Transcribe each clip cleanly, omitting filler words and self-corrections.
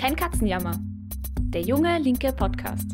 Kein Katzenjammer. Der junge linke Podcast.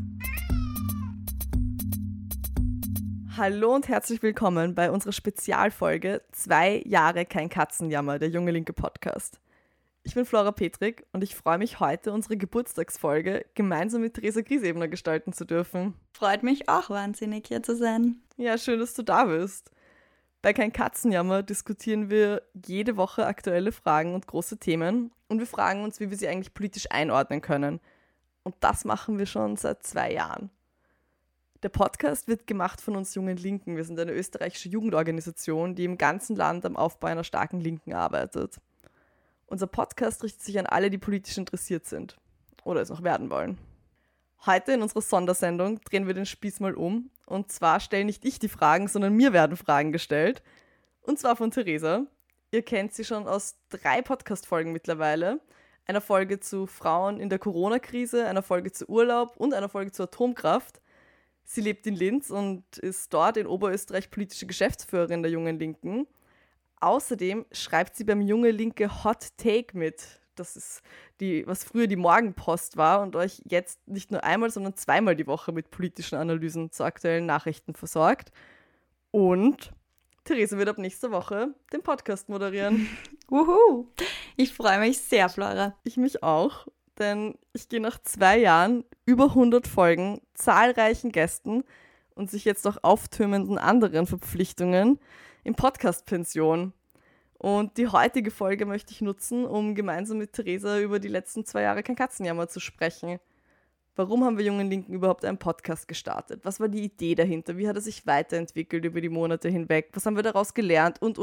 Hallo und herzlich willkommen bei unserer Spezialfolge 2 Jahre kein Katzenjammer, der junge linke Podcast. Ich bin Flora Petrik und ich freue mich heute, unsere Geburtstagsfolge gemeinsam mit Theresa Griesebner gestalten zu dürfen. Freut mich auch wahnsinnig, hier zu sein. Ja, schön, dass du da bist. Bei Kein Katzenjammer diskutieren wir jede Woche aktuelle Fragen und große Themen und wir fragen uns, wie wir sie eigentlich politisch einordnen können. Und das machen wir schon seit 2 Jahren. Der Podcast wird gemacht von uns jungen Linken. Wir sind eine österreichische Jugendorganisation, die im ganzen Land am Aufbau einer starken Linken arbeitet. Unser Podcast richtet sich an alle, die politisch interessiert sind oder es noch werden wollen. Heute in unserer Sondersendung drehen wir den Spieß mal um. Und zwar stelle nicht ich die Fragen, sondern mir werden Fragen gestellt. Und zwar von Theresa. Ihr kennt sie schon aus 3 Podcast-Folgen mittlerweile. Einer Folge zu Frauen in der Corona-Krise, einer Folge zu Urlaub und einer Folge zur Atomkraft. Sie lebt in Linz und ist dort in Oberösterreich politische Geschäftsführerin der Jungen Linken. Außerdem schreibt sie beim Junge Linke Hot Take mit. Das ist was früher die Morgenpost war und euch jetzt nicht nur einmal, sondern 2-mal die Woche mit politischen Analysen zu aktuellen Nachrichten versorgt. Und Theresa wird ab nächster Woche den Podcast moderieren. Wuhu! Ich freue mich sehr, Flora. Ich mich auch, denn ich gehe nach 2 Jahren, über 100 Folgen, zahlreichen Gästen und sich jetzt auch auftürmenden anderen Verpflichtungen in Podcast-Pension. Und die heutige Folge möchte ich nutzen, um gemeinsam mit Theresa über die letzten 2 Jahre kein Katzenjammer zu sprechen. Warum haben wir Jungen Linken überhaupt einen Podcast gestartet? Was war die Idee dahinter? Wie hat er sich weiterentwickelt über die Monate hinweg? Was haben wir daraus gelernt? Und.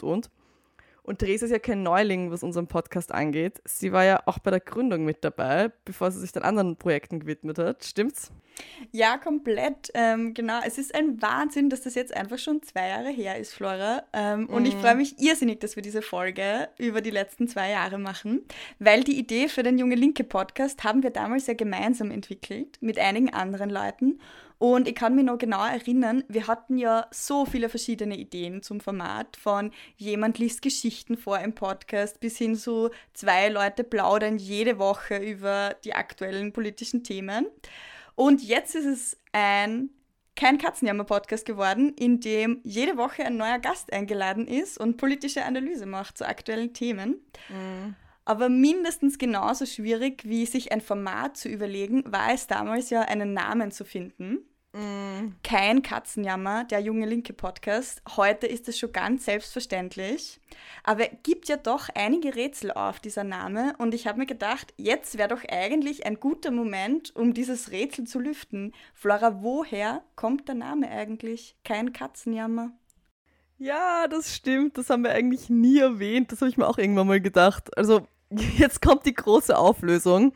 Und Theresa ist ja kein Neuling, was unseren Podcast angeht. Sie war ja auch bei der Gründung mit dabei, bevor sie sich dann anderen Projekten gewidmet hat. Stimmt's? Ja, komplett. Genau, es ist ein Wahnsinn, dass das jetzt einfach schon 2 Jahre her ist, Flora. Und ich freue mich irrsinnig, dass wir diese Folge über die letzten 2 Jahre machen, weil die Idee für den Junge Linke Podcast haben wir damals ja gemeinsam entwickelt, mit einigen anderen Leuten. Und ich kann mich noch genau erinnern, wir hatten ja so viele verschiedene Ideen zum Format, von jemand liest Geschichten vor im Podcast bis hin zu 2 Leute plaudern jede Woche über die aktuellen politischen Themen. Und jetzt ist es kein Katzenjammer-Podcast geworden, in dem jede Woche ein neuer Gast eingeladen ist und politische Analyse macht zu aktuellen Themen. Aber mindestens genauso schwierig, wie sich ein Format zu überlegen, war es damals ja, einen Namen zu finden. Kein Katzenjammer, der junge linke Podcast. Heute ist es schon ganz selbstverständlich. Aber es gibt ja doch einige Rätsel auf, dieser Name. Und ich habe mir gedacht, jetzt wäre doch eigentlich ein guter Moment, um dieses Rätsel zu lüften. Flora, woher kommt der Name eigentlich? Kein Katzenjammer. Ja, das stimmt. Das haben wir eigentlich nie erwähnt. Das habe ich mir auch irgendwann mal gedacht. Also jetzt kommt die große Auflösung.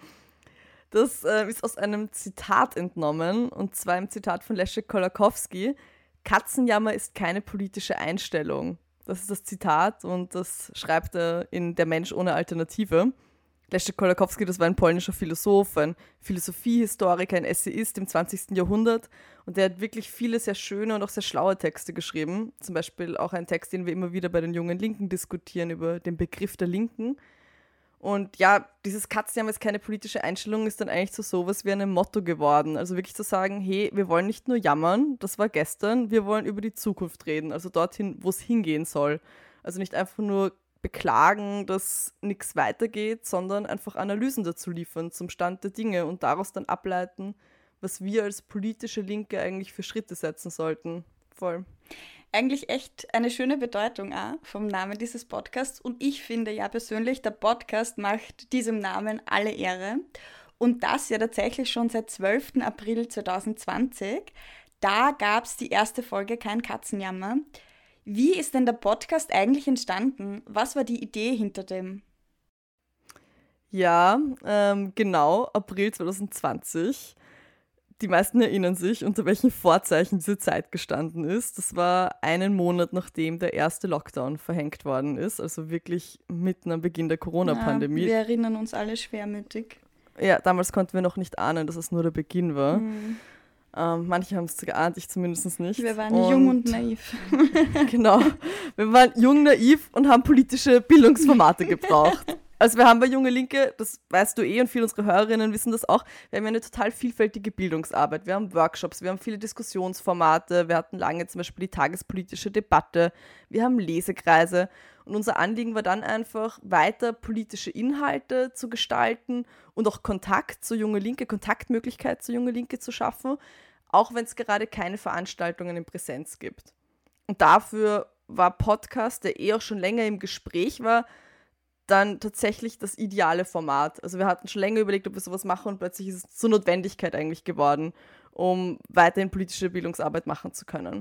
Das ist aus einem Zitat entnommen, und zwar im Zitat von Leszek Kolakowski. Katzenjammer ist keine politische Einstellung. Das ist das Zitat und das schreibt er in Der Mensch ohne Alternative. Leszek Kolakowski, das war ein polnischer Philosoph, ein Philosophiehistoriker, ein Essayist im 20. Jahrhundert, und der hat wirklich viele sehr schöne und auch sehr schlaue Texte geschrieben. Zum Beispiel auch ein Text, den wir immer wieder bei den Jungen Linken diskutieren, über den Begriff der Linken. Und ja, dieses Katzenjammer ist keine politische Einstellung, ist dann eigentlich zu sowas wie einem Motto geworden. Also wirklich zu sagen, hey, wir wollen nicht nur jammern, das war gestern, wir wollen über die Zukunft reden, also dorthin, wo es hingehen soll. Also nicht einfach nur beklagen, dass nichts weitergeht, sondern einfach Analysen dazu liefern zum Stand der Dinge und daraus dann ableiten, was wir als politische Linke eigentlich für Schritte setzen sollten. Voll. Eigentlich echt eine schöne Bedeutung auch vom Namen dieses Podcasts. Und ich finde ja persönlich, der Podcast macht diesem Namen alle Ehre. Und das ja tatsächlich schon seit 12. April 2020. Da gab es die erste Folge Kein Katzenjammer. Wie ist denn der Podcast eigentlich entstanden? Was war die Idee hinter dem? Ja, genau, April 2020. Die meisten erinnern sich, unter welchen Vorzeichen diese Zeit gestanden ist. Das war einen Monat, nachdem der erste Lockdown verhängt worden ist, also wirklich mitten am Beginn der Corona-Pandemie. Ja, wir erinnern uns alle schwermütig. Ja, damals konnten wir noch nicht ahnen, dass es nur der Beginn war. Manche haben es geahnt, ich zumindest nicht. Wir waren jung und naiv. Genau, wir waren jung, naiv und haben politische Bildungsformate gebraucht. Also wir haben bei Junge Linke, das weißt du und viele unserer Hörerinnen wissen das auch, wir haben eine total vielfältige Bildungsarbeit. Wir haben Workshops, wir haben viele Diskussionsformate, wir hatten lange zum Beispiel die tagespolitische Debatte, wir haben Lesekreise und unser Anliegen war dann einfach, weiter politische Inhalte zu gestalten und auch Kontakt zu Junge Linke, Kontaktmöglichkeit zu Junge Linke zu schaffen, auch wenn es gerade keine Veranstaltungen in Präsenz gibt. Und dafür war Podcast, der auch schon länger im Gespräch war, dann tatsächlich das ideale Format. Also wir hatten schon länger überlegt, ob wir sowas machen und plötzlich ist es zur Notwendigkeit eigentlich geworden, um weiterhin politische Bildungsarbeit machen zu können.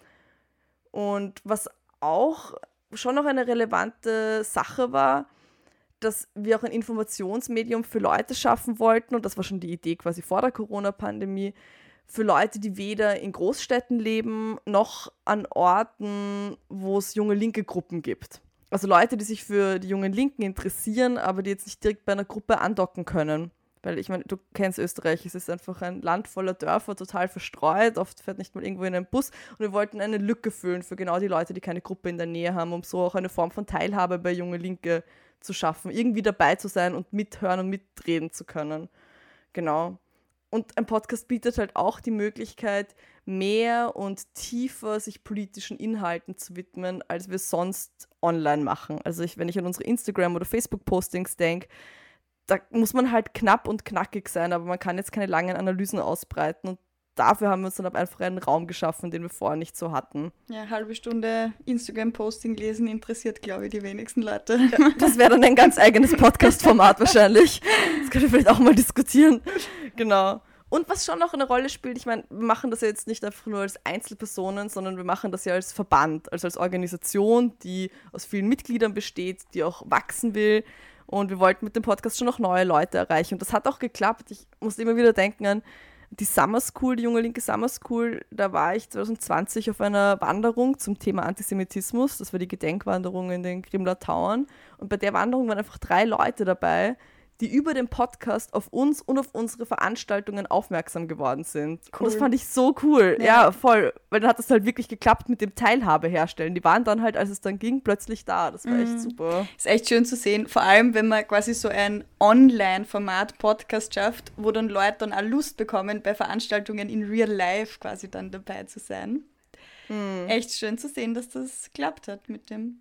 Und was auch schon noch eine relevante Sache war, dass wir auch ein Informationsmedium für Leute schaffen wollten, und das war schon die Idee quasi vor der Corona-Pandemie, für Leute, die weder in Großstädten leben, noch an Orten, wo es junge linke Gruppen gibt. Also Leute, die sich für die jungen Linken interessieren, aber die jetzt nicht direkt bei einer Gruppe andocken können. Weil ich meine, du kennst Österreich, es ist einfach ein Land voller Dörfer, total verstreut, oft fährt nicht mal irgendwo in einem Bus. Und wir wollten eine Lücke füllen für genau die Leute, die keine Gruppe in der Nähe haben, um so auch eine Form von Teilhabe bei junge Linke zu schaffen, irgendwie dabei zu sein und mithören und mitreden zu können. Genau. Und ein Podcast bietet halt auch die Möglichkeit, mehr und tiefer sich politischen Inhalten zu widmen, als wir sonst online machen. Also wenn ich an unsere Instagram- oder Facebook-Postings denke, da muss man halt knapp und knackig sein, aber man kann jetzt keine langen Analysen ausbreiten. Und dafür haben wir uns dann einfach einen Raum geschaffen, den wir vorher nicht so hatten. Ja, eine halbe Stunde Instagram-Posting lesen interessiert, glaube ich, die wenigsten Leute. Ja, das wäre dann ein ganz eigenes Podcast-Format wahrscheinlich. Das können wir vielleicht auch mal diskutieren. Genau. Und was schon noch eine Rolle spielt, ich meine, wir machen das ja jetzt nicht einfach nur als Einzelpersonen, sondern wir machen das ja als Verband, also als Organisation, die aus vielen Mitgliedern besteht, die auch wachsen will. Und wir wollten mit dem Podcast schon noch neue Leute erreichen. Und das hat auch geklappt. Ich muss immer wieder denken an die Summer School, die junge linke Summer School. Da war ich 2020 auf einer Wanderung zum Thema Antisemitismus. Das war die Gedenkwanderung in den Grimler Tauern. Und bei der Wanderung waren einfach 3 Leute dabei, die über den Podcast auf uns und auf unsere Veranstaltungen aufmerksam geworden sind. Cool. Und das fand ich so cool. Ja, voll. Weil dann hat es halt wirklich geklappt mit dem Teilhabe herstellen. Die waren dann halt, als es dann ging, plötzlich da. Das war echt super. Ist echt schön zu sehen. Vor allem, wenn man quasi so ein Online-Format Podcast schafft, wo dann Leute dann auch Lust bekommen, bei Veranstaltungen in Real Life quasi dann dabei zu sein. Echt schön zu sehen, dass das geklappt hat mit dem.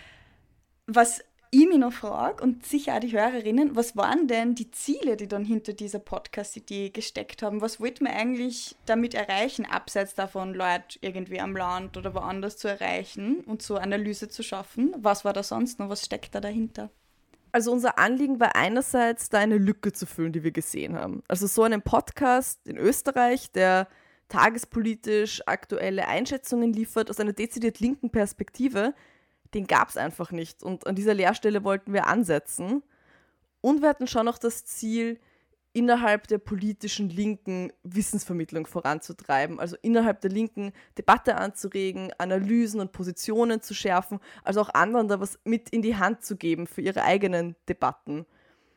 Was ich mich noch frage, und sicher auch die Hörerinnen, was waren denn die Ziele, die dann hinter dieser Podcast-Idee gesteckt haben? Was wollte man eigentlich damit erreichen, abseits davon, Leute irgendwie am Land oder woanders zu erreichen und so Analyse zu schaffen? Was war da sonst noch? Was steckt da dahinter? Also unser Anliegen war einerseits, da eine Lücke zu füllen, die wir gesehen haben. Also so einen Podcast in Österreich, der tagespolitisch aktuelle Einschätzungen liefert, aus einer dezidiert linken Perspektive, den gab es einfach nicht. Und an dieser Leerstelle wollten wir ansetzen. Und wir hatten schon noch das Ziel, innerhalb der politischen Linken Wissensvermittlung voranzutreiben. Also innerhalb der Linken Debatte anzuregen, Analysen und Positionen zu schärfen, also auch anderen da was mit in die Hand zu geben für ihre eigenen Debatten.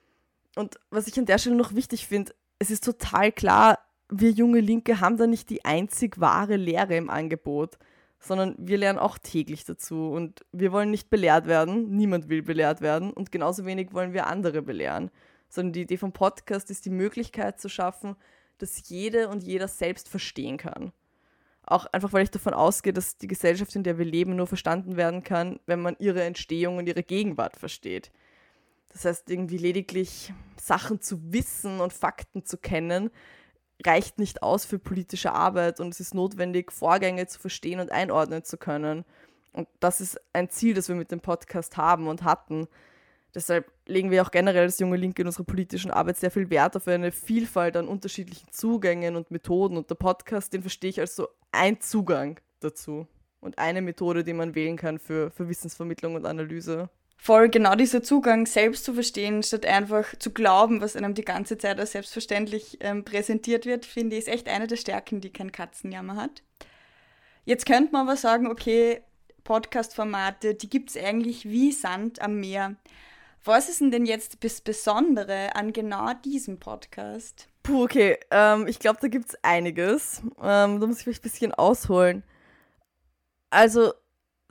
Und was ich an der Stelle noch wichtig finde, es ist total klar, wir junge Linke haben da nicht die einzig wahre Lehre im Angebot, sondern wir lernen auch täglich dazu und wir wollen nicht belehrt werden, niemand will belehrt werden und genauso wenig wollen wir andere belehren, sondern die Idee vom Podcast ist die Möglichkeit zu schaffen, dass jede und jeder selbst verstehen kann. Auch einfach, weil ich davon ausgehe, dass die Gesellschaft, in der wir leben, nur verstanden werden kann, wenn man ihre Entstehung und ihre Gegenwart versteht. Das heißt, irgendwie lediglich Sachen zu wissen und Fakten zu kennen, reicht nicht aus für politische Arbeit und es ist notwendig, Vorgänge zu verstehen und einordnen zu können. Und das ist ein Ziel, das wir mit dem Podcast haben und hatten. Deshalb legen wir auch generell als junge Linke in unserer politischen Arbeit sehr viel Wert auf eine Vielfalt an unterschiedlichen Zugängen und Methoden. Und der Podcast, den verstehe ich als so ein Zugang dazu und eine Methode, die man wählen kann für Wissensvermittlung und Analyse. Voll genau dieser Zugang, selbst zu verstehen, statt einfach zu glauben, was einem die ganze Zeit als selbstverständlich präsentiert wird, finde ich, ist echt eine der Stärken, die kein Katzenjammer hat. Jetzt könnte man aber sagen, okay, Podcast-Formate, die gibt es eigentlich wie Sand am Meer. Was ist denn jetzt das Besondere an genau diesem Podcast? Puh, okay, ich glaube, da gibt es einiges. Da muss ich vielleicht ein bisschen ausholen. Also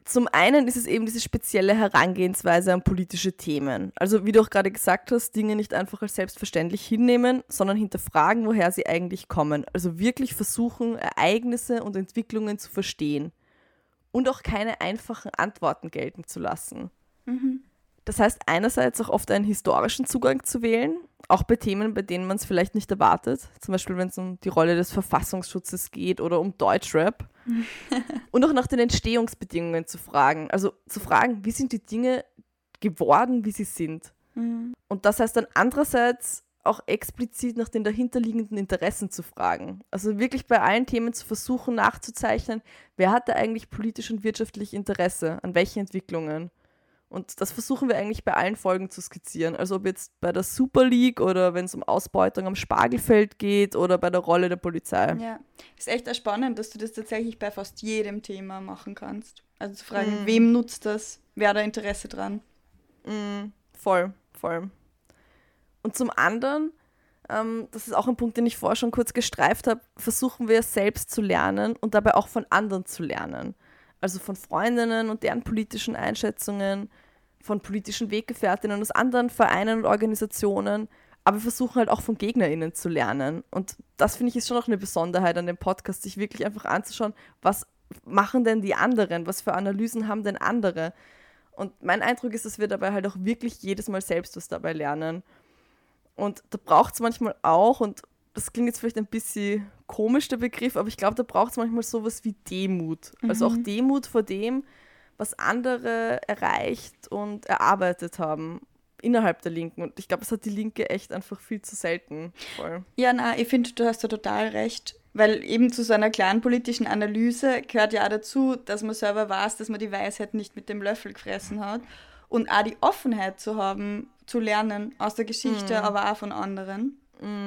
Zum einen ist es eben diese spezielle Herangehensweise an politische Themen. Also wie du auch gerade gesagt hast, Dinge nicht einfach als selbstverständlich hinnehmen, sondern hinterfragen, woher sie eigentlich kommen. Also wirklich versuchen, Ereignisse und Entwicklungen zu verstehen und auch keine einfachen Antworten gelten zu lassen. Das heißt einerseits auch oft einen historischen Zugang zu wählen, auch bei Themen, bei denen man es vielleicht nicht erwartet. Zum Beispiel, wenn es um die Rolle des Verfassungsschutzes geht oder um Deutschrap. Und auch nach den Entstehungsbedingungen zu fragen. Also zu fragen, wie sind die Dinge geworden, wie sie sind. Und das heißt dann andererseits auch explizit nach den dahinterliegenden Interessen zu fragen. Also wirklich bei allen Themen zu versuchen nachzuzeichnen, wer hat da eigentlich politisch und wirtschaftlich Interesse, an welche Entwicklungen. Und das versuchen wir eigentlich bei allen Folgen zu skizzieren. Also ob jetzt bei der Super League oder wenn es um Ausbeutung am Spargelfeld geht oder bei der Rolle der Polizei. Ja, ist echt spannend, dass du das tatsächlich bei fast jedem Thema machen kannst. Also zu fragen, wem nutzt das, wer hat da Interesse dran. Voll. Und zum anderen, das ist auch ein Punkt, den ich vorher schon kurz gestreift habe, versuchen wir selbst zu lernen und dabei auch von anderen zu lernen. Also von Freundinnen und deren politischen Einschätzungen, von politischen Weggefährtinnen aus anderen Vereinen und Organisationen, aber wir versuchen halt auch von GegnerInnen zu lernen. Und das, finde ich, ist schon auch eine Besonderheit an dem Podcast, sich wirklich einfach anzuschauen, was machen denn die anderen, was für Analysen haben denn andere. Und mein Eindruck ist, dass wir dabei halt auch wirklich jedes Mal selbst was dabei lernen. Und da braucht es manchmal auch, und das klingt jetzt vielleicht ein bisschen komisch, der Begriff, aber ich glaube, da braucht es manchmal sowas wie Demut. Also auch Demut vor dem, was andere erreicht und erarbeitet haben innerhalb der Linken. Und ich glaube, das hat die Linke echt einfach viel zu selten. Voll. Ja, na, ich finde, du hast da total recht. Weil eben zu so einer klaren politischen Analyse gehört ja auch dazu, dass man selber weiß, dass man die Weisheit nicht mit dem Löffel gefressen hat. Und auch die Offenheit zu haben, zu lernen aus der Geschichte, aber auch von anderen.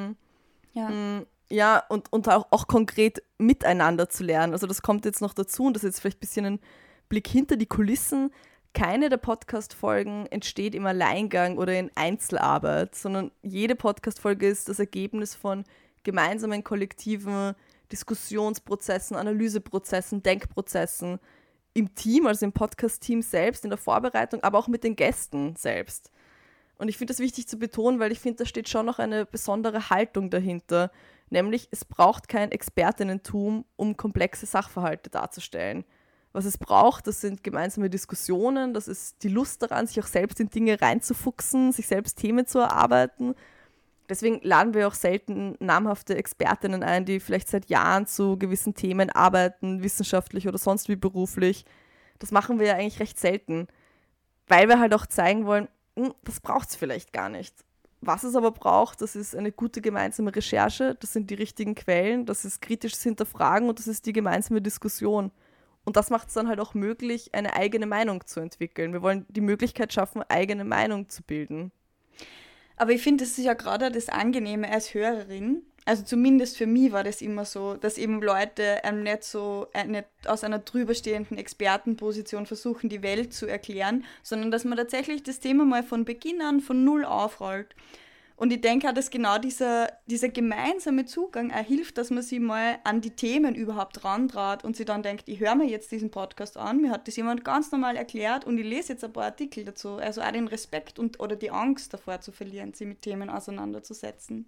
Ja, und auch konkret miteinander zu lernen. Also das kommt jetzt noch dazu und das ist jetzt vielleicht ein bisschen ein Blick hinter die Kulissen. Keine der Podcast-Folgen entsteht im Alleingang oder in Einzelarbeit, sondern jede Podcast-Folge ist das Ergebnis von gemeinsamen kollektiven Diskussionsprozessen, Analyseprozessen, Denkprozessen im Team, also im Podcast-Team selbst, in der Vorbereitung, aber auch mit den Gästen selbst. Und ich finde das wichtig zu betonen, weil ich finde, da steht schon noch eine besondere Haltung dahinter, nämlich es braucht kein Expertinnentum, um komplexe Sachverhalte darzustellen. Was es braucht, das sind gemeinsame Diskussionen, das ist die Lust daran, sich auch selbst in Dinge reinzufuchsen, sich selbst Themen zu erarbeiten. Deswegen laden wir auch selten namhafte Expertinnen ein, die vielleicht seit Jahren zu gewissen Themen arbeiten, wissenschaftlich oder sonst wie beruflich. Das machen wir ja eigentlich recht selten, weil wir halt auch zeigen wollen, das braucht es vielleicht gar nicht. Was es aber braucht, das ist eine gute gemeinsame Recherche, das sind die richtigen Quellen, das ist kritisches Hinterfragen und das ist die gemeinsame Diskussion. Und das macht es dann halt auch möglich, eine eigene Meinung zu entwickeln. Wir wollen die Möglichkeit schaffen, eigene Meinung zu bilden. Aber ich finde, das ist ja gerade das Angenehme als Hörerin. Also zumindest für mich war das immer so, dass eben Leute nicht aus einer drüberstehenden Expertenposition versuchen, die Welt zu erklären, sondern dass man tatsächlich das Thema mal von Beginn an, von null aufrollt. Und ich denke auch, dass genau dieser gemeinsame Zugang auch hilft, dass man sich mal an die Themen überhaupt rantraut und sich dann denkt, ich höre mir jetzt diesen Podcast an, mir hat das jemand ganz normal erklärt und ich lese jetzt ein paar Artikel dazu. Also auch den Respekt oder die Angst davor zu verlieren, sich mit Themen auseinanderzusetzen.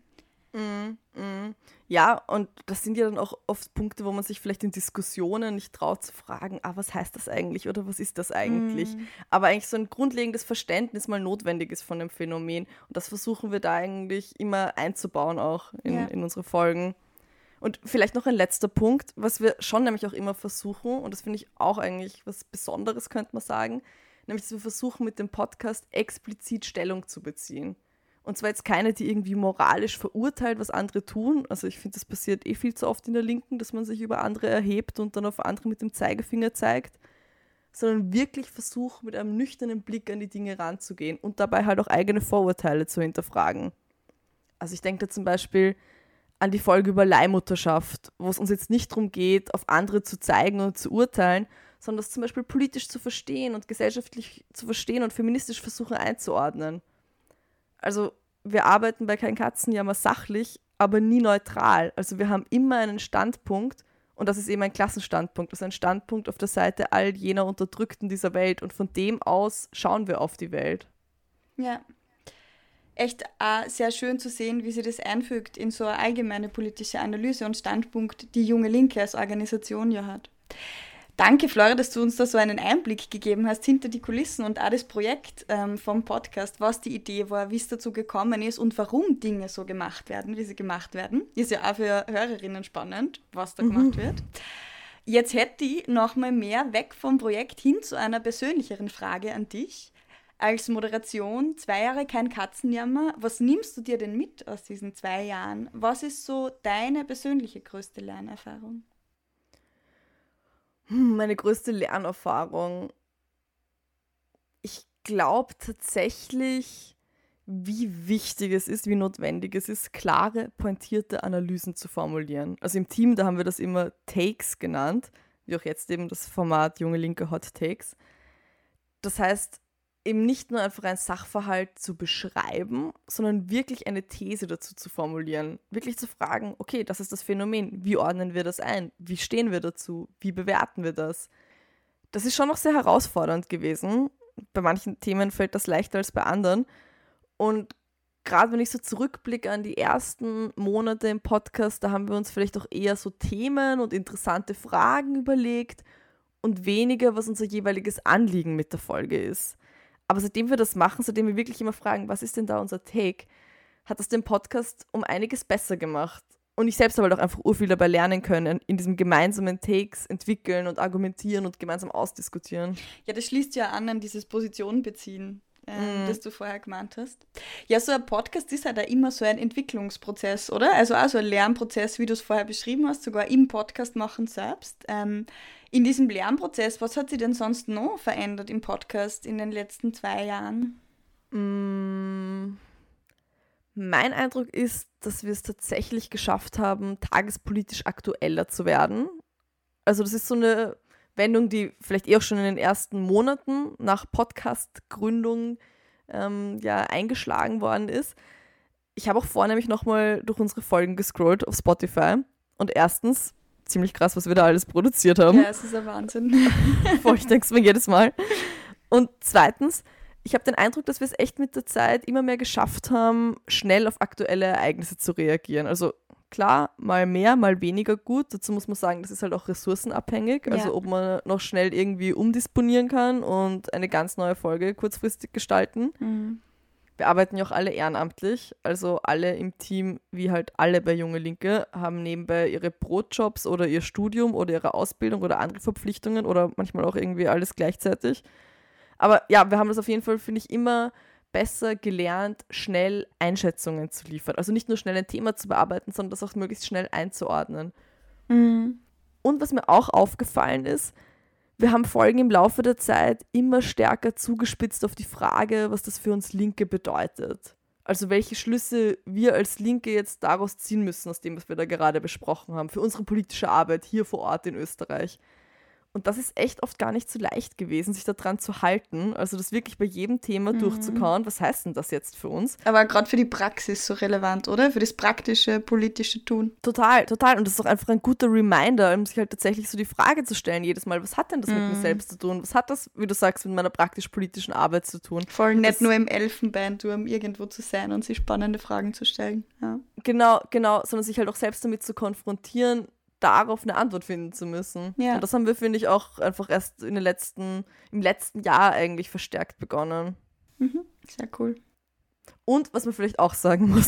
Ja, und das sind ja dann auch oft Punkte, wo man sich vielleicht in Diskussionen nicht traut zu fragen, was heißt das eigentlich oder was ist das eigentlich? Aber eigentlich so ein grundlegendes Verständnis mal notwendig ist von dem Phänomen. Und das versuchen wir da eigentlich immer einzubauen auch in unsere Folgen. Und vielleicht noch ein letzter Punkt, was wir schon nämlich auch immer versuchen, und das finde ich auch eigentlich was Besonderes, könnte man sagen, nämlich, dass wir versuchen, mit dem Podcast explizit Stellung zu beziehen. Und zwar jetzt keine, die irgendwie moralisch verurteilt, was andere tun. Also ich finde, das passiert viel zu oft in der Linken, dass man sich über andere erhebt und dann auf andere mit dem Zeigefinger zeigt, sondern wirklich versucht, mit einem nüchternen Blick an die Dinge ranzugehen und dabei halt auch eigene Vorurteile zu hinterfragen. Also ich denke da zum Beispiel an die Folge über Leihmutterschaft, wo es uns jetzt nicht darum geht, auf andere zu zeigen und zu urteilen, sondern das zum Beispiel politisch zu verstehen und gesellschaftlich zu verstehen und feministisch versuchen einzuordnen. Also wir arbeiten bei Kein Katzenjammer sachlich, aber nie neutral. Also wir haben immer einen Standpunkt Und das ist eben ein Klassenstandpunkt, also ein Standpunkt auf der Seite all jener Unterdrückten dieser Welt. Und von dem aus schauen wir auf die Welt. Ja. Echt sehr schön zu sehen, wie sie das einfügt in so eine allgemeine politische Analyse und Standpunkt, die Junge Linke als Organisation ja hat. Danke, Flora, dass du uns da so einen Einblick gegeben hast hinter die Kulissen und auch das Projekt vom Podcast, was die Idee war, wie es dazu gekommen ist und warum Dinge so gemacht werden, wie sie gemacht werden. Ist ja auch für Hörerinnen spannend, was da gemacht wird. Jetzt hätte ich noch mal mehr weg vom Projekt hin zu einer persönlicheren Frage an dich. Als Moderation, 2 Jahre kein Katzenjammer. Was nimmst du dir denn mit aus diesen 2 Jahren? Was ist so deine persönliche größte Lernerfahrung? Meine größte Lernerfahrung. Ich glaube tatsächlich, wie wichtig es ist, wie notwendig es ist, klare, pointierte Analysen zu formulieren. Also im Team, da haben wir das immer Takes genannt, wie auch jetzt eben das Format Junge Linke Hot Takes. Das heißt, eben nicht nur einfach einen Sachverhalt zu beschreiben, sondern wirklich eine These dazu zu formulieren. Wirklich zu fragen, okay, das ist das Phänomen, wie ordnen wir das ein? Wie stehen wir dazu? Wie bewerten wir das? Das ist schon noch sehr herausfordernd gewesen. Bei manchen Themen fällt das leichter als bei anderen. Und gerade wenn ich so zurückblicke an die ersten Monate im Podcast, da haben wir uns vielleicht auch eher so Themen und interessante Fragen überlegt und weniger, was unser jeweiliges Anliegen mit der Folge ist. Aber seitdem wir das machen, seitdem wir wirklich immer fragen, was ist denn da unser Take, hat das den Podcast um einiges besser gemacht. Und ich selbst habe halt auch einfach urviel dabei lernen können, in diesem gemeinsamen Takes entwickeln und argumentieren und gemeinsam ausdiskutieren. Ja, das schließt ja an dieses Positionbeziehen, das du vorher gemeint hast. Ja, so ein Podcast ist halt auch immer so ein Entwicklungsprozess, oder? Also auch so ein Lernprozess, wie du es vorher beschrieben hast, sogar im Podcast machen selbst. In diesem Lernprozess, was hat sich denn sonst noch verändert im Podcast in den letzten 2 Jahren? Mein Eindruck ist, dass wir es tatsächlich geschafft haben, tagespolitisch aktueller zu werden. Also das ist so eine Wendung, die vielleicht auch schon in den ersten Monaten nach Podcast-Gründung eingeschlagen worden ist. Ich habe auch vorher nämlich nochmal durch unsere Folgen gescrollt auf Spotify und erstens, ziemlich krass, was wir da alles produziert haben. Ja, es ist ein Wahnsinn. Ich denke es mir jedes Mal. Und zweitens, ich habe den Eindruck, dass wir es echt mit der Zeit immer mehr geschafft haben, schnell auf aktuelle Ereignisse zu reagieren. Also klar, mal mehr, mal weniger gut. Dazu muss man sagen, das ist halt auch ressourcenabhängig. Ja. Also ob man noch schnell irgendwie umdisponieren kann und eine ganz neue Folge kurzfristig gestalten. Mhm. Wir arbeiten ja auch alle ehrenamtlich, also alle im Team, wie halt alle bei Junge Linke, haben nebenbei ihre Brotjobs oder ihr Studium oder ihre Ausbildung oder andere Verpflichtungen oder manchmal auch irgendwie alles gleichzeitig. Aber ja, wir haben das auf jeden Fall, finde ich, immer besser gelernt, schnell Einschätzungen zu liefern. Also nicht nur schnell ein Thema zu bearbeiten, sondern das auch möglichst schnell einzuordnen. Mhm. Und was mir auch aufgefallen ist, wir haben Folgen im Laufe der Zeit immer stärker zugespitzt auf die Frage, was das für uns Linke bedeutet. Also welche Schlüsse wir als Linke jetzt daraus ziehen müssen, aus dem, was wir da gerade besprochen haben, für unsere politische Arbeit hier vor Ort in Österreich. Und das ist echt oft gar nicht so leicht gewesen, sich daran zu halten. Also das wirklich bei jedem Thema durchzukauen. Was heißt denn das jetzt für uns? Aber gerade für die Praxis so relevant, oder? Für das praktische, politische Tun. Total, total. Und das ist auch einfach ein guter Reminder, um sich halt tatsächlich so die Frage zu stellen jedes Mal, was hat denn das mit mir selbst zu tun? Was hat das, wie du sagst, mit meiner praktisch-politischen Arbeit zu tun? Voll nicht nur im Elfenbeinturm irgendwo zu sein und sich spannende Fragen zu stellen. Ja. Genau, sondern sich halt auch selbst damit zu konfrontieren, darauf eine Antwort finden zu müssen. Ja. Und das haben wir, finde ich, auch einfach erst im letzten Jahr eigentlich verstärkt begonnen. Mhm. Sehr cool. Und was man vielleicht auch sagen muss,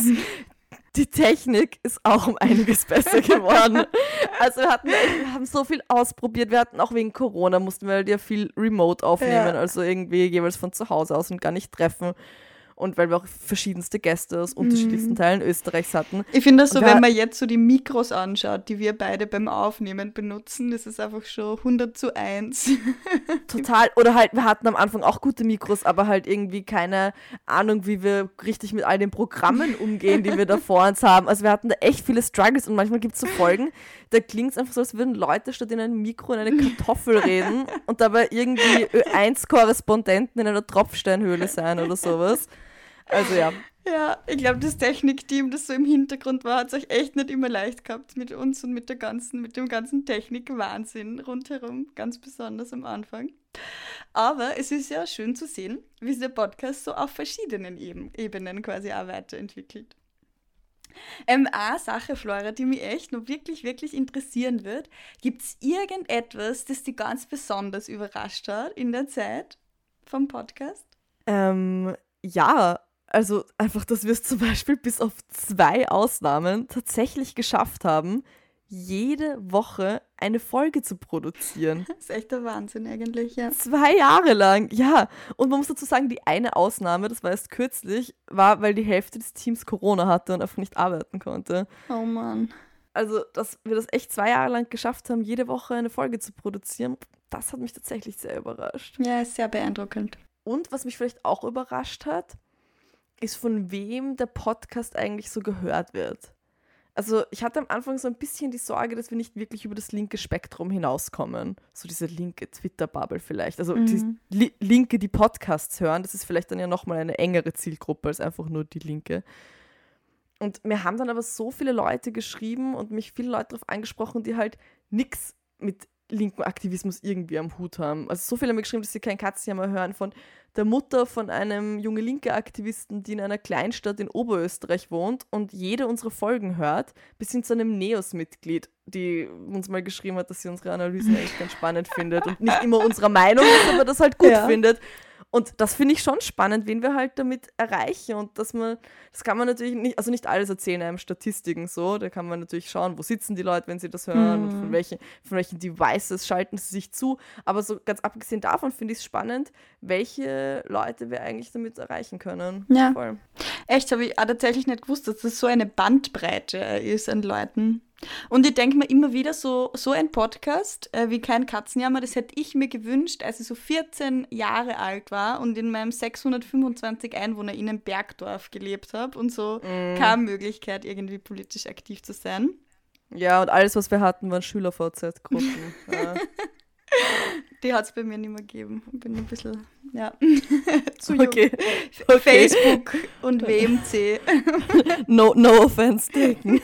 die Technik ist auch um einiges besser geworden. Also wir haben so viel ausprobiert. Wir hatten auch wegen Corona, mussten wir halt ja viel remote aufnehmen, also irgendwie jeweils von zu Hause aus und gar nicht treffen. Und weil wir auch verschiedenste Gäste aus unterschiedlichsten Teilen Österreichs hatten. Ich finde das so, wenn man jetzt so die Mikros anschaut, die wir beide beim Aufnehmen benutzen, das ist einfach schon 100:1. Total. Oder halt, wir hatten am Anfang auch gute Mikros, aber halt irgendwie keine Ahnung, wie wir richtig mit all den Programmen umgehen, die wir da vor uns haben. Also wir hatten da echt viele Struggles und manchmal gibt es so Folgen, da klingt es einfach so, als würden Leute statt in ein Mikro in eine Kartoffel reden und dabei irgendwie Ö1-Korrespondenten in einer Tropfsteinhöhle sein oder sowas. Also ja. Ja, ich glaube, das Technikteam, das so im Hintergrund war, hat es euch echt nicht immer leicht gehabt mit uns und mit dem ganzen Technik-Wahnsinn rundherum, ganz besonders am Anfang. Aber es ist ja schön zu sehen, wie sich der Podcast so auf verschiedenen Ebenen quasi auch weiterentwickelt. Eine Sache, Flora, die mich echt noch wirklich, wirklich interessieren wird. Gibt es irgendetwas, das dich ganz besonders überrascht hat in der Zeit vom Podcast? Ja, also einfach, dass wir es zum Beispiel bis auf 2 Ausnahmen tatsächlich geschafft haben, jede Woche eine Folge zu produzieren. Das ist echt der Wahnsinn eigentlich, ja. 2 Jahre lang, ja. Und man muss dazu sagen, die eine Ausnahme, das war erst kürzlich, war, weil die Hälfte des Teams Corona hatte und einfach nicht arbeiten konnte. Oh Mann. Also, dass wir das echt 2 Jahre lang geschafft haben, jede Woche eine Folge zu produzieren, das hat mich tatsächlich sehr überrascht. Ja, ist sehr beeindruckend. Und was mich vielleicht auch überrascht hat, ist, von wem der Podcast eigentlich so gehört wird. Also ich hatte am Anfang so ein bisschen die Sorge, dass wir nicht wirklich über das linke Spektrum hinauskommen. So diese linke Twitter-Bubble vielleicht. Also die Linke, die Podcasts hören, das ist vielleicht dann ja nochmal eine engere Zielgruppe als einfach nur die Linke. Und mir haben dann aber so viele Leute geschrieben und mich viele Leute darauf angesprochen, die halt nichts mit linken Aktivismus irgendwie am Hut haben. Also so viele haben mir geschrieben, dass sie kein Katzenjammer hören, von der Mutter von einem junge linke Aktivisten, die in einer Kleinstadt in Oberösterreich wohnt und jede unserer Folgen hört, bis hin zu einem NEOS-Mitglied, die uns mal geschrieben hat, dass sie unsere Analysen echt ganz spannend findet und nicht immer unserer Meinung ist, aber das halt gut findet. Und das finde ich schon spannend, wen wir halt damit erreichen. Und das kann man natürlich nicht, also nicht alles erzählen einem Statistiken so. Da kann man natürlich schauen, wo sitzen die Leute, wenn sie das hören und von welchen Devices schalten sie sich zu. Aber so ganz abgesehen davon finde ich es spannend, welche Leute wir eigentlich damit erreichen können. Ja. Voll. Echt, habe ich auch tatsächlich nicht gewusst, dass das so eine Bandbreite ist an Leuten. Und ich denke mir immer wieder, so ein Podcast wie Kein Katzenjammer, das hätte ich mir gewünscht, als ich so 14 Jahre alt war und in meinem 625 EinwohnerInnen Bergdorf gelebt habe und so keine Möglichkeit, irgendwie politisch aktiv zu sein. Ja, und alles, was wir hatten, waren Schüler-VZ-Gruppen. Ja. Die hat es bei mir nicht mehr gegeben. Ich bin ein bisschen, zu jung. Okay. Facebook und WMC. No offense taken.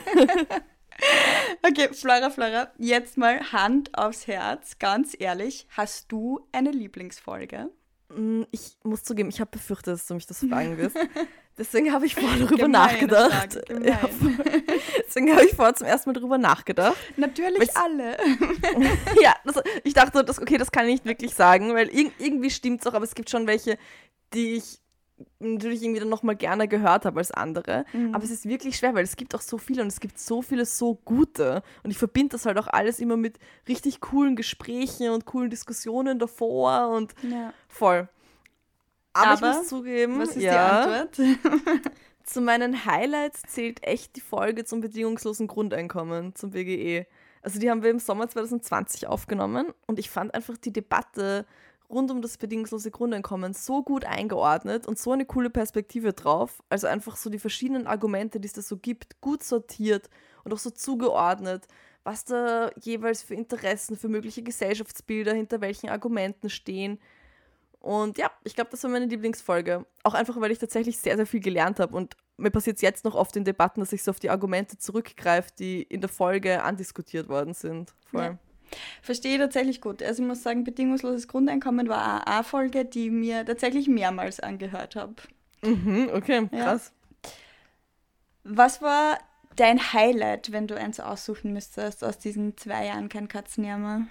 Okay, Flora, jetzt mal Hand aufs Herz, ganz ehrlich, hast du eine Lieblingsfolge? Ich muss zugeben, ich habe befürchtet, dass du mich das fragen wirst. Deswegen habe ich vorher darüber nachgedacht. Deswegen habe ich vorher zum ersten Mal darüber nachgedacht. Natürlich alle. Ja, ich dachte, das kann ich nicht wirklich sagen, weil irgendwie stimmt es auch, aber es gibt schon welche, die ich natürlich irgendwie dann nochmal gerne gehört habe als andere. Aber es ist wirklich schwer, weil es gibt auch so viele und es gibt so viele so gute. Und ich verbinde das halt auch alles immer mit richtig coolen Gesprächen und coolen Diskussionen davor und voll. Aber ich muss zugeben, was ist die Antwort? Zu meinen Highlights zählt echt die Folge zum bedingungslosen Grundeinkommen, zum BGE. Also die haben wir im Sommer 2020 aufgenommen und ich fand einfach die Debatte rund um das bedingungslose Grundeinkommen so gut eingeordnet und so eine coole Perspektive drauf. Also einfach so die verschiedenen Argumente, die es da so gibt, gut sortiert und auch so zugeordnet, was da jeweils für Interessen, für mögliche Gesellschaftsbilder hinter welchen Argumenten stehen. Und ja, ich glaube, das war meine Lieblingsfolge. Auch einfach, weil ich tatsächlich sehr, sehr viel gelernt habe. Und mir passiert es jetzt noch oft in Debatten, dass ich so auf die Argumente zurückgreife, die in der Folge andiskutiert worden sind. Voll. Ja. Verstehe ich tatsächlich gut. Also ich muss sagen, bedingungsloses Grundeinkommen war eine Folge, die ich mir tatsächlich mehrmals angehört habe. Okay, krass. Ja. Was war dein Highlight, wenn du eins aussuchen müsstest aus diesen 2 Jahren Kein Katzenjammer?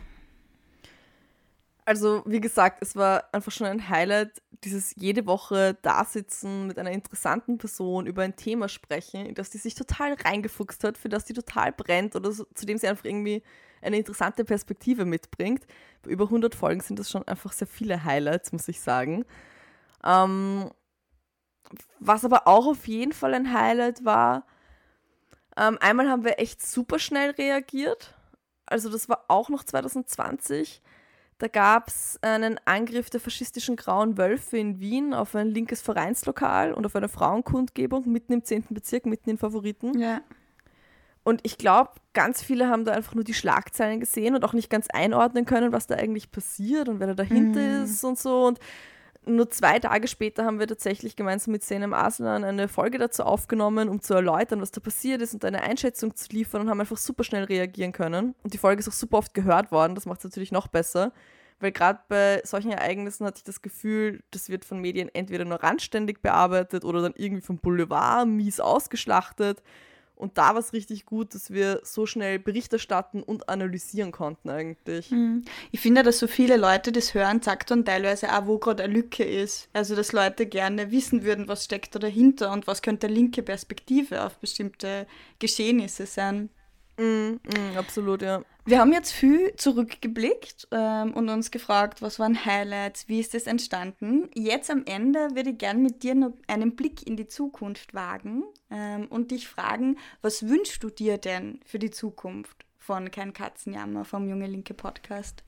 Also, wie gesagt, es war einfach schon ein Highlight, dieses jede Woche da sitzen, mit einer interessanten Person über ein Thema sprechen, in das die sich total reingefuchst hat, für das die total brennt oder so, zu dem sie einfach irgendwie eine interessante Perspektive mitbringt. Bei über 100 Folgen sind das schon einfach sehr viele Highlights, muss ich sagen. Was aber auch auf jeden Fall ein Highlight war, einmal haben wir echt super schnell reagiert. Also das war auch noch 2020. Da gab es einen Angriff der faschistischen Grauen Wölfe in Wien auf ein linkes Vereinslokal und auf eine Frauenkundgebung mitten im 10. Bezirk, mitten in Favoriten. Ja. Und ich glaube, ganz viele haben da einfach nur die Schlagzeilen gesehen und auch nicht ganz einordnen können, was da eigentlich passiert und wer da dahinter ist und so. Und nur 2 Tage später haben wir tatsächlich gemeinsam mit Senem Aslan eine Folge dazu aufgenommen, um zu erläutern, was da passiert ist und eine Einschätzung zu liefern und haben einfach super schnell reagieren können. Und die Folge ist auch super oft gehört worden, das macht es natürlich noch besser, weil gerade bei solchen Ereignissen hatte ich das Gefühl, das wird von Medien entweder nur randständig bearbeitet oder dann irgendwie vom Boulevard mies ausgeschlachtet. Und da war es richtig gut, dass wir so schnell Bericht erstatten und analysieren konnten eigentlich. Ich finde, dass so viele Leute das hören, sagt dann teilweise auch, wo gerade eine Lücke ist. Also, dass Leute gerne wissen würden, was steckt da dahinter und was könnte eine linke Perspektive auf bestimmte Geschehnisse sein. Absolut, ja. Wir haben jetzt viel zurückgeblickt und uns gefragt, was waren Highlights, wie ist das entstanden. Jetzt am Ende würde ich gerne mit dir noch einen Blick in die Zukunft wagen und dich fragen, was wünschst du dir denn für die Zukunft von Kein Katzenjammer, vom Junge Linke Podcast?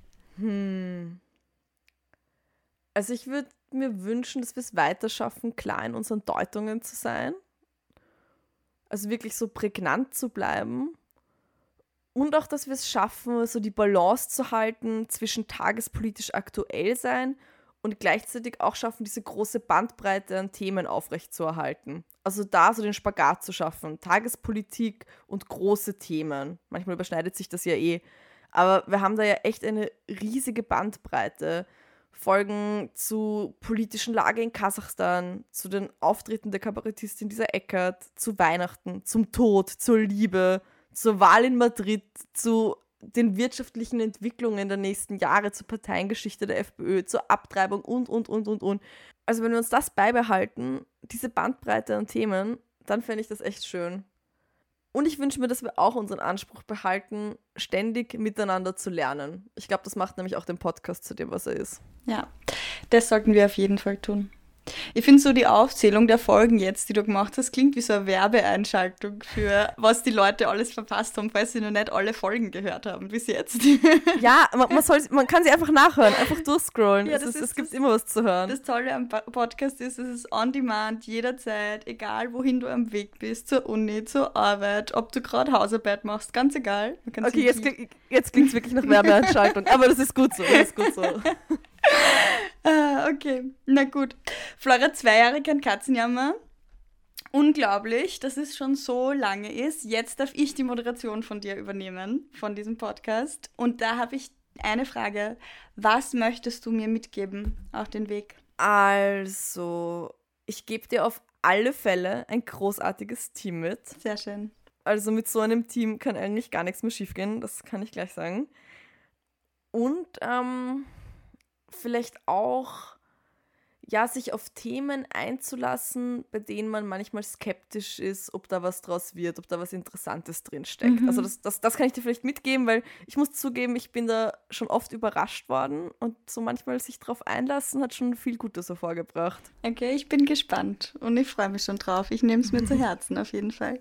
Also ich würde mir wünschen, dass wir es weiter schaffen, klar in unseren Deutungen zu sein. Also wirklich so prägnant zu bleiben. Und auch, dass wir es schaffen, so die Balance zu halten zwischen tagespolitisch aktuell sein und gleichzeitig auch schaffen, diese große Bandbreite an Themen aufrechtzuerhalten. Also da so den Spagat zu schaffen. Tagespolitik und große Themen. Manchmal überschneidet sich das ja eh. Aber wir haben da ja echt eine riesige Bandbreite. Folgen zur politischen Lage in Kasachstan, zu den Auftritten der Kabarettistin Lisa Eckert, zu Weihnachten, zum Tod, zur Liebe, zur Wahl in Madrid, zu den wirtschaftlichen Entwicklungen der nächsten Jahre, zur Parteiengeschichte der FPÖ, zur Abtreibung und. Also wenn wir uns das beibehalten, diese Bandbreite an Themen, dann fände ich das echt schön. Und ich wünsche mir, dass wir auch unseren Anspruch behalten, ständig miteinander zu lernen. Ich glaube, das macht nämlich auch den Podcast zu dem, was er ist. Ja, das sollten wir auf jeden Fall tun. Ich finde so die Aufzählung der Folgen jetzt, die du gemacht hast, klingt wie so eine Werbeeinschaltung für was die Leute alles verpasst haben, falls sie noch nicht alle Folgen gehört haben bis jetzt. Ja, man kann sie einfach nachhören, einfach durchscrollen. Ja, es gibt immer was zu hören. Das Tolle am Podcast ist, es ist on demand, jederzeit, egal wohin du am Weg bist, zur Uni, zur Arbeit, ob du gerade Hausarbeit machst, ganz egal. Okay, jetzt klingt es wirklich nach Werbeeinschaltung, aber das ist gut so. Okay, na gut. Flora, 2 Jahre Kein Katzenjammer. Unglaublich, dass es schon so lange ist. Jetzt darf ich die Moderation von dir übernehmen, von diesem Podcast. Und da habe ich eine Frage. Was möchtest du mir mitgeben auf den Weg? Also, ich gebe dir auf alle Fälle ein großartiges Team mit. Sehr schön. Also mit so einem Team kann eigentlich gar nichts mehr schiefgehen, das kann ich gleich sagen. Und vielleicht auch, ja, sich auf Themen einzulassen, bei denen man manchmal skeptisch ist, ob da was draus wird, ob da was Interessantes drinsteckt. Also das kann ich dir vielleicht mitgeben, weil ich muss zugeben, ich bin da schon oft überrascht worden und so manchmal sich drauf einlassen hat schon viel Gutes hervorgebracht. Okay, ich bin gespannt und ich freue mich schon drauf. Ich nehme es mir zu Herzen auf jeden Fall.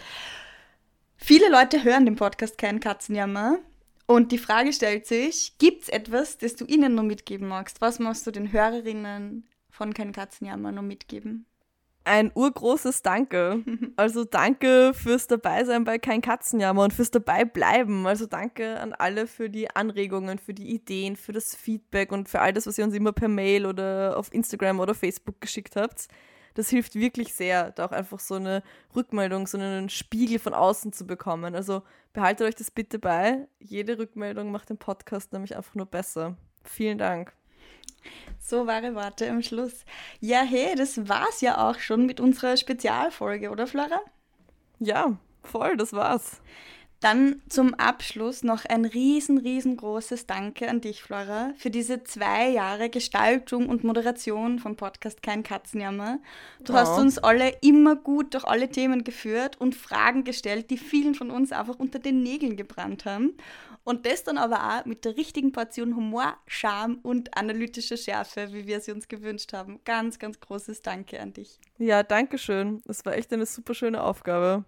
Viele Leute hören den Podcast Kein Katzenjammer. Und die Frage stellt sich, gibt es etwas, das du ihnen noch mitgeben magst? Was magst du den Hörerinnen von Kein Katzenjammer noch mitgeben? Ein urgroßes Danke. Also danke fürs Dabeisein bei Kein Katzenjammer und fürs Dabeibleiben. Also danke an alle für die Anregungen, für die Ideen, für das Feedback und für all das, was ihr uns immer per Mail oder auf Instagram oder Facebook geschickt habt. Das hilft wirklich sehr, da auch einfach so eine Rückmeldung, so einen Spiegel von außen zu bekommen. Also behaltet euch das bitte bei. Jede Rückmeldung macht den Podcast nämlich einfach nur besser. Vielen Dank. So wahre Worte am Schluss. Ja, hey, das war's ja auch schon mit unserer Spezialfolge, oder Flora? Ja, voll, das war's. Dann zum Abschluss noch ein riesengroßes Danke an dich, Flora, für diese 2 Jahre Gestaltung und Moderation vom Podcast Kein Katzenjammer. Du hast uns alle immer gut durch alle Themen geführt und Fragen gestellt, die vielen von uns einfach unter den Nägeln gebrannt haben. Und das dann aber auch mit der richtigen Portion Humor, Charme und analytischer Schärfe, wie wir sie uns gewünscht haben. Ganz großes Danke an dich. Ja, danke schön. Das war echt eine super schöne Aufgabe.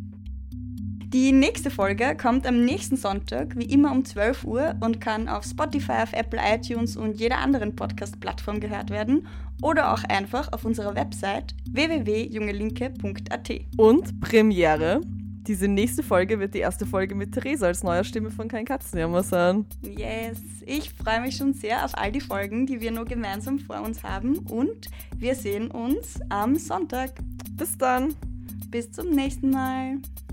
Die nächste Folge kommt am nächsten Sonntag, wie immer um 12 Uhr und kann auf Spotify, auf Apple iTunes und jeder anderen Podcast-Plattform gehört werden oder auch einfach auf unserer Website www.jungelinke.at. Und Premiere. Diese nächste Folge wird die erste Folge mit Theresa als neuer Stimme von Kein Katzenjammer sein. Yes, ich freue mich schon sehr auf all die Folgen, die wir noch gemeinsam vor uns haben und wir sehen uns am Sonntag. Bis dann. Bis zum nächsten Mal.